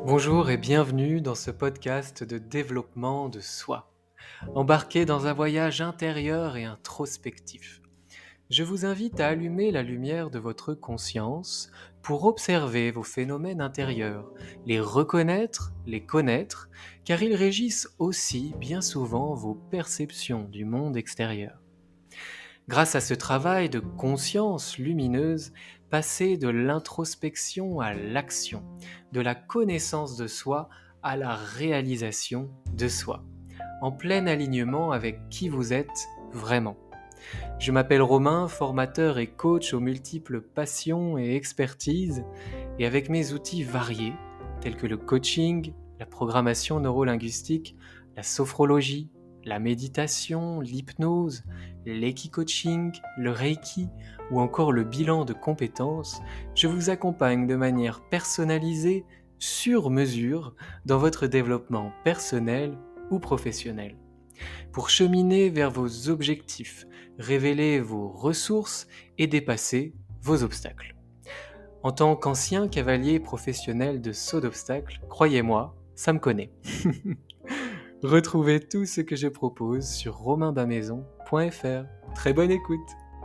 Bonjour et bienvenue dans ce podcast de développement de soi. Embarqué dans un voyage intérieur et introspectif. Je vous invite à allumer la lumière de votre conscience pour observer vos phénomènes intérieurs, les reconnaître, les connaître, car ils régissent aussi bien souvent vos perceptions du monde extérieur. Grâce à ce travail de conscience lumineuse, passer de l'introspection à l'action, de la connaissance de soi à la réalisation de soi, en plein alignement avec qui vous êtes vraiment. Je m'appelle Romain, formateur et coach aux multiples passions et expertises, et avec mes outils variés, tels que le coaching, la programmation neurolinguistique, la sophrologie, la méditation, l'hypnose, l'equi-coaching, le reiki ou encore le bilan de compétences, je vous accompagne de manière personnalisée, sur mesure, dans votre développement personnel ou professionnel. Pour cheminer vers vos objectifs, révéler vos ressources et dépasser vos obstacles. En tant qu'ancien cavalier professionnel de saut d'obstacles, croyez-moi, ça me connaît. Retrouvez tout ce que je propose sur romainbamaison.fr. Très bonne écoute.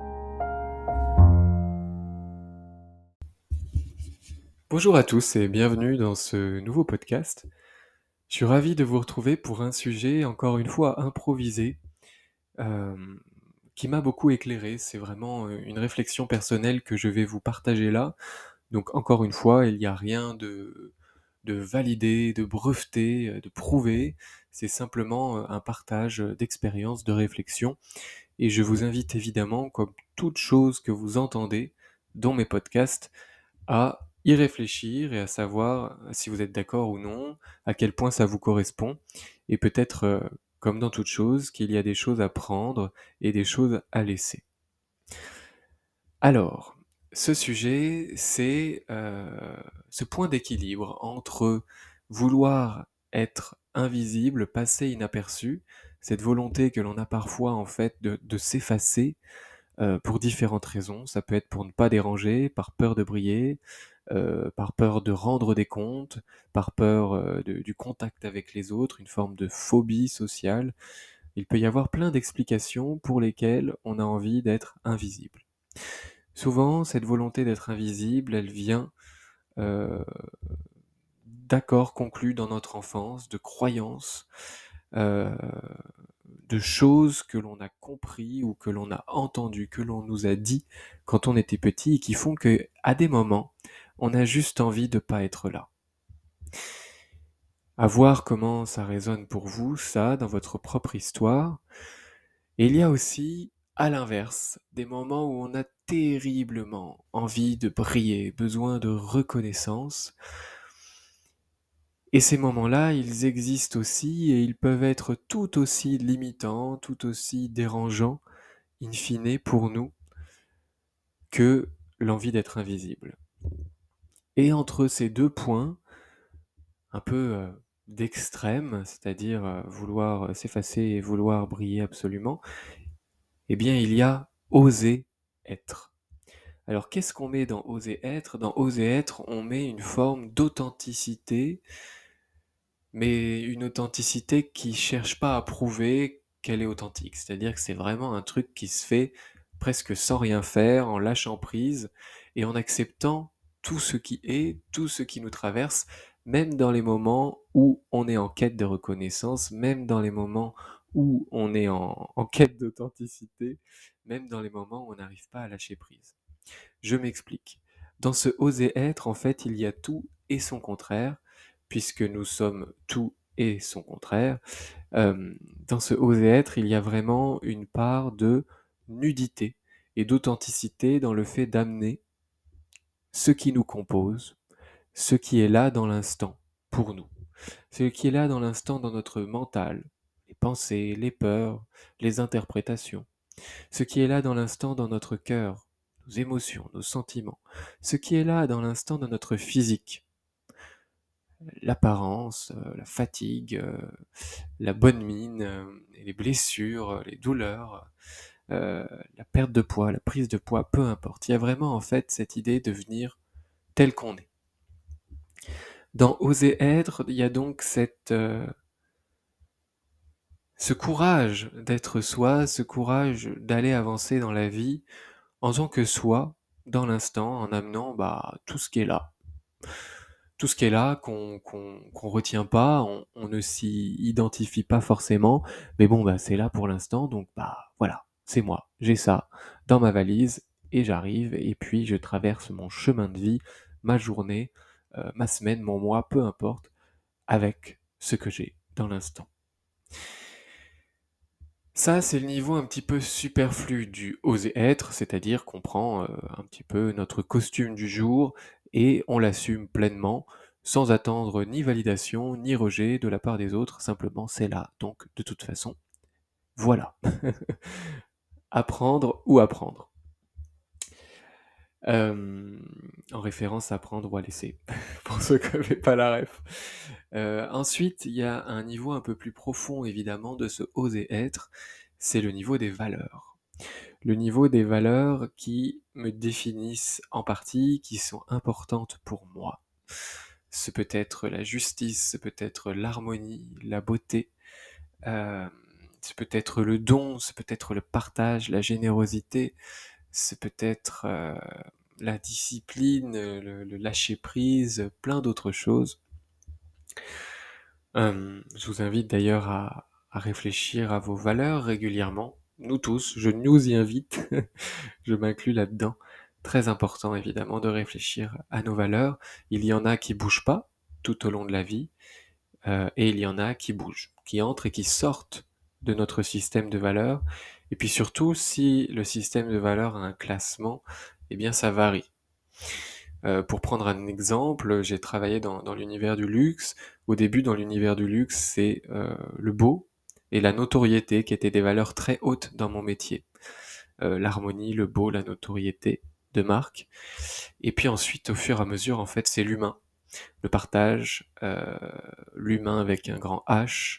Bonjour à tous et bienvenue dans ce nouveau podcast. Je suis ravi de vous retrouver pour un sujet encore une fois improvisé, euh, qui m'a beaucoup éclairé. C'est vraiment une réflexion personnelle que je vais vous partager là. Donc encore une fois, il n'y a rien de validé, de breveté, de prouvé. C'est simplement un partage d'expérience, de réflexion. Et je vous invite évidemment, comme toute chose que vous entendez dans mes podcasts, à y réfléchir et à savoir si vous êtes d'accord ou non, à quel point ça vous correspond. Et peut-être, comme dans toute chose, qu'il y a des choses à prendre et des choses à laisser. Alors, ce sujet, c'est ce point d'équilibre entre vouloir être invisible, passer inaperçu, cette volonté que l'on a parfois en fait de s'effacer pour différentes raisons. Ça peut être pour ne pas déranger, par peur de briller, par peur de rendre des comptes, par peur du contact avec les autres, une forme de phobie sociale. Il peut y avoir plein d'explications pour lesquelles on a envie d'être invisible. Souvent, cette volonté d'être invisible, elle vient euh, d'accords conclus dans notre enfance, de croyances, euh, de choses que l'on a compris ou que l'on a entendu, que l'on nous a dit quand on était petit et qui font que, à des moments, on a juste envie de pas être là. À voir comment ça résonne pour vous, ça, dans votre propre histoire. Et il y a aussi, à l'inverse, des moments où on a terriblement envie de briller, besoin de reconnaissance. Et ces moments-là, ils existent aussi et ils peuvent être tout aussi limitants, tout aussi dérangeants, in fine, pour nous, que l'envie d'être invisible. Et entre ces deux points, un peu d'extrême, c'est-à-dire vouloir s'effacer et vouloir briller absolument, eh bien il y a oser être. Alors qu'est-ce qu'on met dans oser être? Dans oser être, on met une forme d'authenticité, mais une authenticité qui cherche pas à prouver qu'elle est authentique. C'est-à-dire que c'est vraiment un truc qui se fait presque sans rien faire, en lâchant prise et en acceptant tout ce qui est, tout ce qui nous traverse, même dans les moments où on est en quête de reconnaissance, même dans les moments où on est en quête d'authenticité, même dans les moments où on n'arrive pas à lâcher prise. Je m'explique. Dans ce oser être, en fait, il y a tout et son contraire, puisque nous sommes tout et son contraire. Dans ce oser être, il y a vraiment une part de nudité et d'authenticité dans le fait d'amener ce qui nous compose, ce qui est là dans l'instant pour nous, ce qui est là dans l'instant dans notre mental, les pensées, les peurs, les interprétations, ce qui est là dans l'instant dans notre cœur, nos émotions, nos sentiments, ce qui est là dans l'instant dans notre physique, l'apparence, la fatigue, la bonne mine, les blessures, les douleurs, la perte de poids, la prise de poids, peu importe. Il y a vraiment en fait cette idée de venir tel qu'on est. Dans oser être, il y a donc ce courage d'être soi, ce courage d'aller avancer dans la vie en tant que soi, dans l'instant, en amenant tout ce qui est là. Tout ce qui est là, qu'on retient pas, on ne s'y identifie pas forcément, mais bon, c'est là pour l'instant, donc voilà, c'est moi, j'ai ça dans ma valise, et j'arrive, et puis je traverse mon chemin de vie, ma journée, ma semaine, mon mois, peu importe, avec ce que j'ai dans l'instant. Ça, c'est le niveau un petit peu superflu du oser être, c'est-à-dire qu'on prend un petit peu notre costume du jour et on l'assume pleinement, sans attendre ni validation, ni rejet de la part des autres, simplement c'est là. Donc, de toute façon, voilà. Apprendre ou apprendre. Euh, En référence à prendre ou à laisser, pour ceux qui n'avaient pas la ref. Ensuite, il y a un niveau un peu plus profond, évidemment, de ce oser être, c'est le niveau des valeurs. Le niveau des valeurs qui me définissent en partie, qui sont importantes pour moi. Ce peut être la justice, ce peut être l'harmonie, la beauté, euh, ce peut être le don, ce peut être le partage, la générosité, ce peut être la discipline, le lâcher prise, plein d'autres choses. Je vous invite d'ailleurs à réfléchir à vos valeurs régulièrement. Nous tous, je nous y invite, je m'inclus là-dedans. Très important évidemment de réfléchir à nos valeurs. Il y en a qui bougent pas tout au long de la vie, et il y en a qui bougent, qui entrent et qui sortent de notre système de valeurs. Et puis surtout, si le système de valeurs a un classement, eh bien ça varie. Pour prendre un exemple, j'ai travaillé dans l'univers du luxe. Au début, dans l'univers du luxe, c'est le beau et la notoriété qui étaient des valeurs très hautes dans mon métier. L'harmonie, le beau, la notoriété de marque. Et puis ensuite, au fur et à mesure, en fait, c'est l'humain, le partage, l'humain avec un grand H,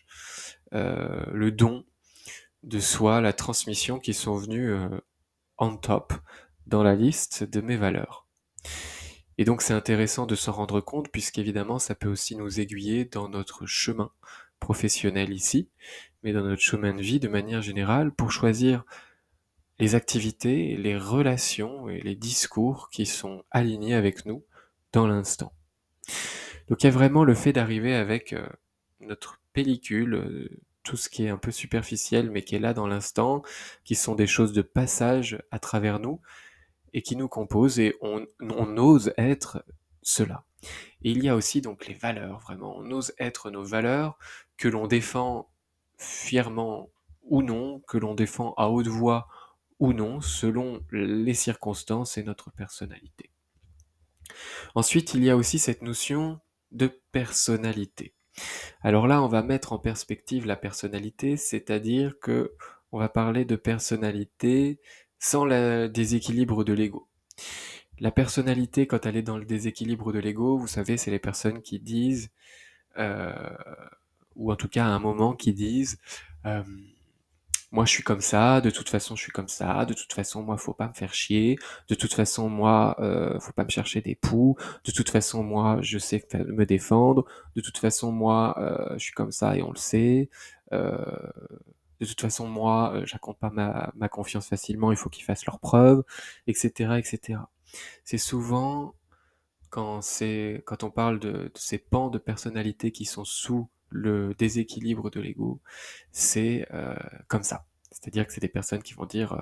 le don de soi, la transmission qui sont venus on top dans la liste de mes valeurs. Et donc c'est intéressant de s'en rendre compte puisqu'évidemment ça peut aussi nous aiguiller dans notre chemin professionnel ici, mais dans notre chemin de vie de manière générale pour choisir les activités, les relations et les discours qui sont alignés avec nous dans l'instant. Donc il y a vraiment le fait d'arriver avec notre pellicule, tout ce qui est un peu superficiel mais qui est là dans l'instant, qui sont des choses de passage à travers nous, et qui nous compose et on ose être cela. Et il y a aussi donc les valeurs, vraiment, on ose être nos valeurs que l'on défend fièrement ou non, que l'on défend à haute voix ou non, selon les circonstances et notre personnalité. Ensuite, il y a aussi cette notion de personnalité. Alors là, on va mettre en perspective la personnalité, c'est-à-dire que on va parler de personnalité sans le déséquilibre de l'ego. La personnalité, quand elle est dans le déséquilibre de l'ego, vous savez, c'est les personnes qui disent, euh, ou en tout cas à un moment qui disent, euh, moi je suis comme ça, de toute façon je suis comme ça, de toute façon moi faut pas me faire chier, de toute façon moi faut pas me chercher des poux, de toute façon moi je sais me défendre, de toute façon moi je suis comme ça et on le sait, euh, de toute façon moi j'accorde pas ma confiance facilement, il faut qu'ils fassent leurs preuves, etc., etc. C'est souvent quand on parle de ces pans de personnalité qui sont sous le déséquilibre de l'ego, c'est comme ça. C'est-à-dire que c'est des personnes qui vont dire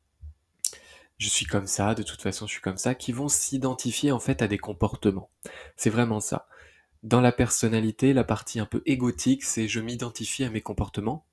je suis comme ça, de toute façon je suis comme ça, qui vont s'identifier en fait à des comportements. C'est vraiment ça. Dans la personnalité, la partie un peu égotique, c'est je m'identifie à mes comportements.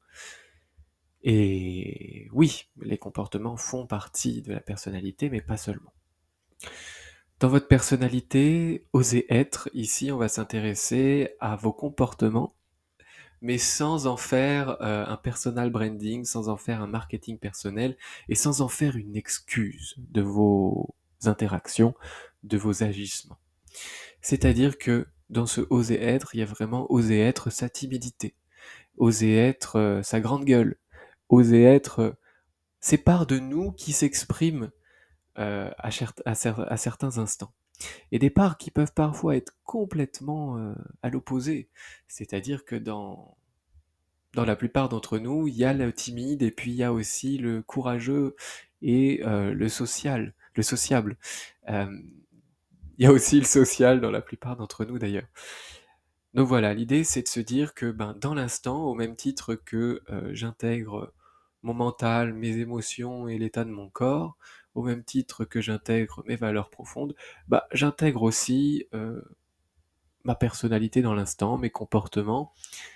Et oui, les comportements font partie de la personnalité, mais pas seulement. Dans votre personnalité, osez être, ici on va s'intéresser à vos comportements, mais sans en faire un personal branding, sans en faire un marketing personnel, et sans en faire une excuse de vos interactions, de vos agissements. C'est-à-dire que dans ce oser être, il y a vraiment oser être sa timidité, oser être sa grande gueule, oser être ces parts de nous qui s'expriment à certains instants. et des parts qui peuvent parfois être complètement à l'opposé. C'est-à-dire que dans la plupart d'entre nous, il y a le timide et puis il y a aussi le courageux et le sociable. Euh, il y a aussi le social dans la plupart d'entre nous d'ailleurs. Donc voilà, l'idée c'est de se dire que ben, dans l'instant, au même titre que j'intègre mon mental, mes émotions et l'état de mon corps, au même titre que j'intègre mes valeurs profondes, bah, j'intègre aussi ma personnalité dans l'instant, mes comportements.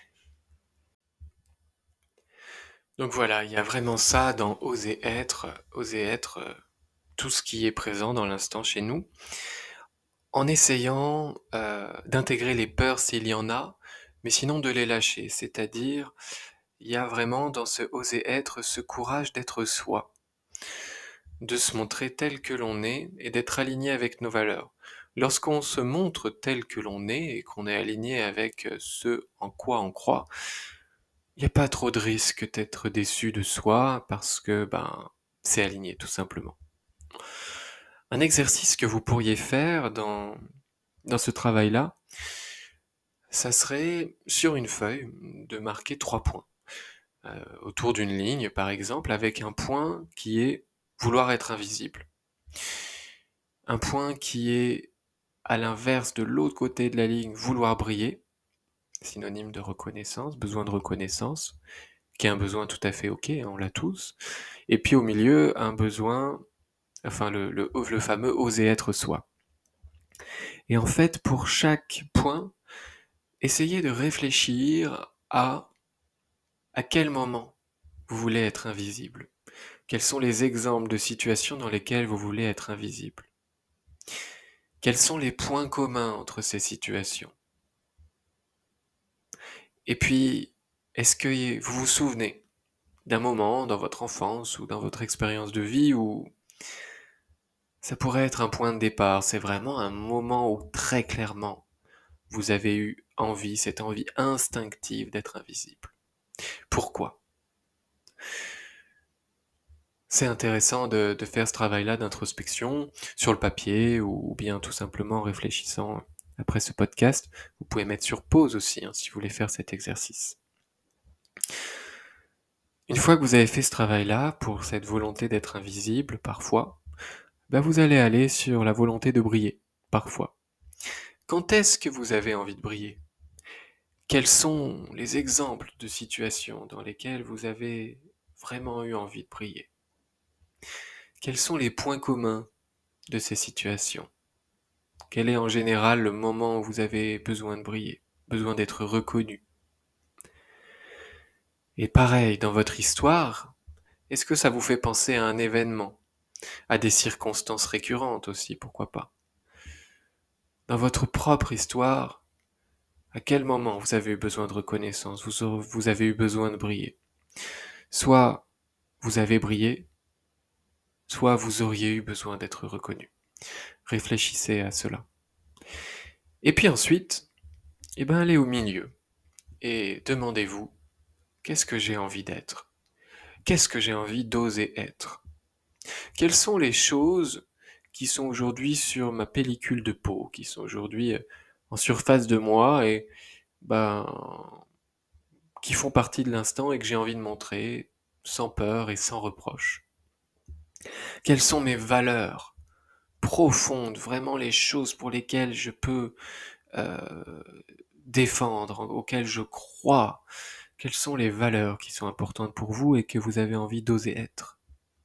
Donc voilà, il y a vraiment ça dans oser être tout ce qui est présent dans l'instant chez nous, en essayant d'intégrer les peurs s'il y en a, mais sinon de les lâcher, c'est-à-dire il y a vraiment dans ce oser être ce courage d'être soi, de se montrer tel que l'on est et d'être aligné avec nos valeurs. Lorsqu'on se montre tel que l'on est et qu'on est aligné avec ce en quoi on croit, il n'y a pas trop de risque d'être déçu de soi parce que ben c'est aligné tout simplement. Un exercice que vous pourriez faire dans ce travail-là, ça serait sur une feuille de marquer 3 points. Autour d'une ligne, par exemple, avec un point qui est vouloir être invisible. Un point qui est à l'inverse de l'autre côté de la ligne, vouloir briller, synonyme de reconnaissance, besoin de reconnaissance, qui est un besoin tout à fait ok, on l'a tous. Et puis au milieu, un besoin, enfin le fameux oser être soi. Et en fait, pour chaque point, essayez de réfléchir à quel moment vous voulez être invisible. Quels sont les exemples de situations dans lesquelles vous voulez être invisible? Quels sont les points communs entre ces situations? Et puis, est-ce que vous vous souvenez d'un moment dans votre enfance ou dans votre expérience de vie où ça pourrait être un point de départ, c'est vraiment un moment où très clairement vous avez eu envie, cette envie instinctive d'être invisible. Pourquoi? C'est intéressant de faire ce travail-là d'introspection sur le papier ou bien tout simplement en réfléchissant après ce podcast. Vous pouvez mettre sur pause aussi si vous voulez faire cet exercice. Une fois que vous avez fait ce travail-là, pour cette volonté d'être invisible parfois, ben vous allez aller sur la volonté de briller parfois. Quand est-ce que vous avez envie de briller? Quels sont les exemples de situations dans lesquelles vous avez vraiment eu envie de briller? Quels sont les points communs de ces situations? Quel est en général le moment où vous avez besoin de briller, besoin d'être reconnu? Et pareil, dans votre histoire, est-ce que ça vous fait penser à un événement, à des circonstances récurrentes aussi, pourquoi pas? Dans votre propre histoire, à quel moment vous avez eu besoin de reconnaissance, vous avez eu besoin de briller? Soit vous avez brillé, soit vous auriez eu besoin d'être reconnu. Réfléchissez à cela. Et puis ensuite, allez au milieu et demandez-vous, qu'est-ce que j'ai envie d'être? Qu'est-ce que j'ai envie d'oser être? Quelles sont les choses qui sont aujourd'hui sur ma pellicule de peau, qui sont aujourd'hui en surface de moi et ben, qui font partie de l'instant et que j'ai envie de montrer sans peur et sans reproche? Quelles sont mes valeurs profondes, vraiment les choses pour lesquelles je peux euh, défendre, auxquelles je crois? Quelles sont les valeurs qui sont importantes pour vous et que vous avez envie d'oser être?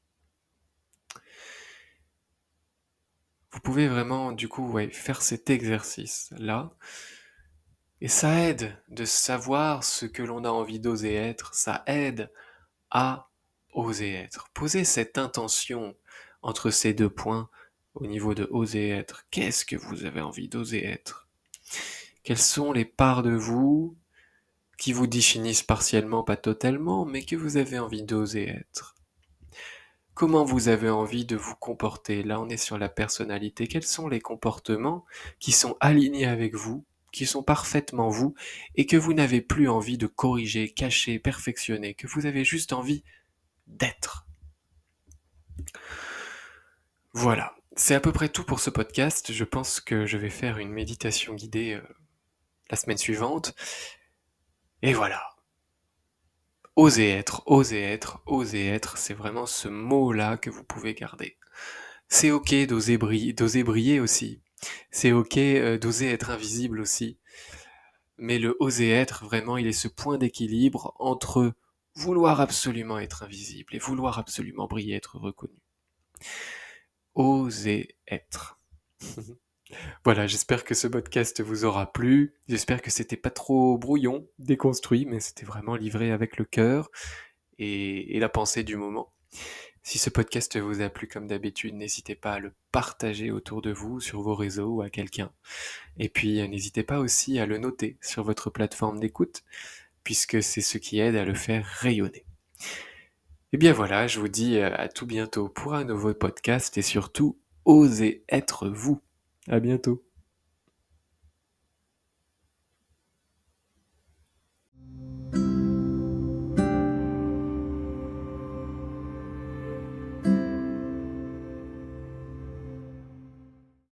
Vous pouvez vraiment, du coup, faire cet exercice-là. Et ça aide de savoir ce que l'on a envie d'oser être. Ça aide à oser être. Posez cette intention entre ces 2 points au niveau de oser être. Qu'est-ce que vous avez envie d'oser être? Quelles sont les parts de vous qui vous définissent partiellement, pas totalement, mais que vous avez envie d'oser être? Comment vous avez envie de vous comporter? Là, on est sur la personnalité. Quels sont les comportements qui sont alignés avec vous, qui sont parfaitement vous, et que vous n'avez plus envie de corriger, cacher, perfectionner, que vous avez juste envie d'être? Voilà. C'est à peu près tout pour ce podcast. Je pense que je vais faire une méditation guidée la semaine suivante. Et voilà. Oser être, oser être, oser être, c'est vraiment ce mot-là que vous pouvez garder. C'est ok d'oser briller aussi. C'est ok d'oser être invisible aussi. Mais le oser être, vraiment, il est ce point d'équilibre entre vouloir absolument être invisible et vouloir absolument briller, être reconnu. Oser être. Voilà, j'espère que ce podcast vous aura plu. J'espère que c'était pas trop brouillon, déconstruit, mais c'était vraiment livré avec le cœur et la pensée du moment. Si ce podcast vous a plu comme d'habitude, n'hésitez pas à le partager autour de vous, sur vos réseaux ou à quelqu'un. Et puis n'hésitez pas aussi à le noter sur votre plateforme d'écoute, puisque c'est ce qui aide à le faire rayonner. Et bien voilà, je vous dis à tout bientôt pour un nouveau podcast et surtout, osez être vous. À bientôt.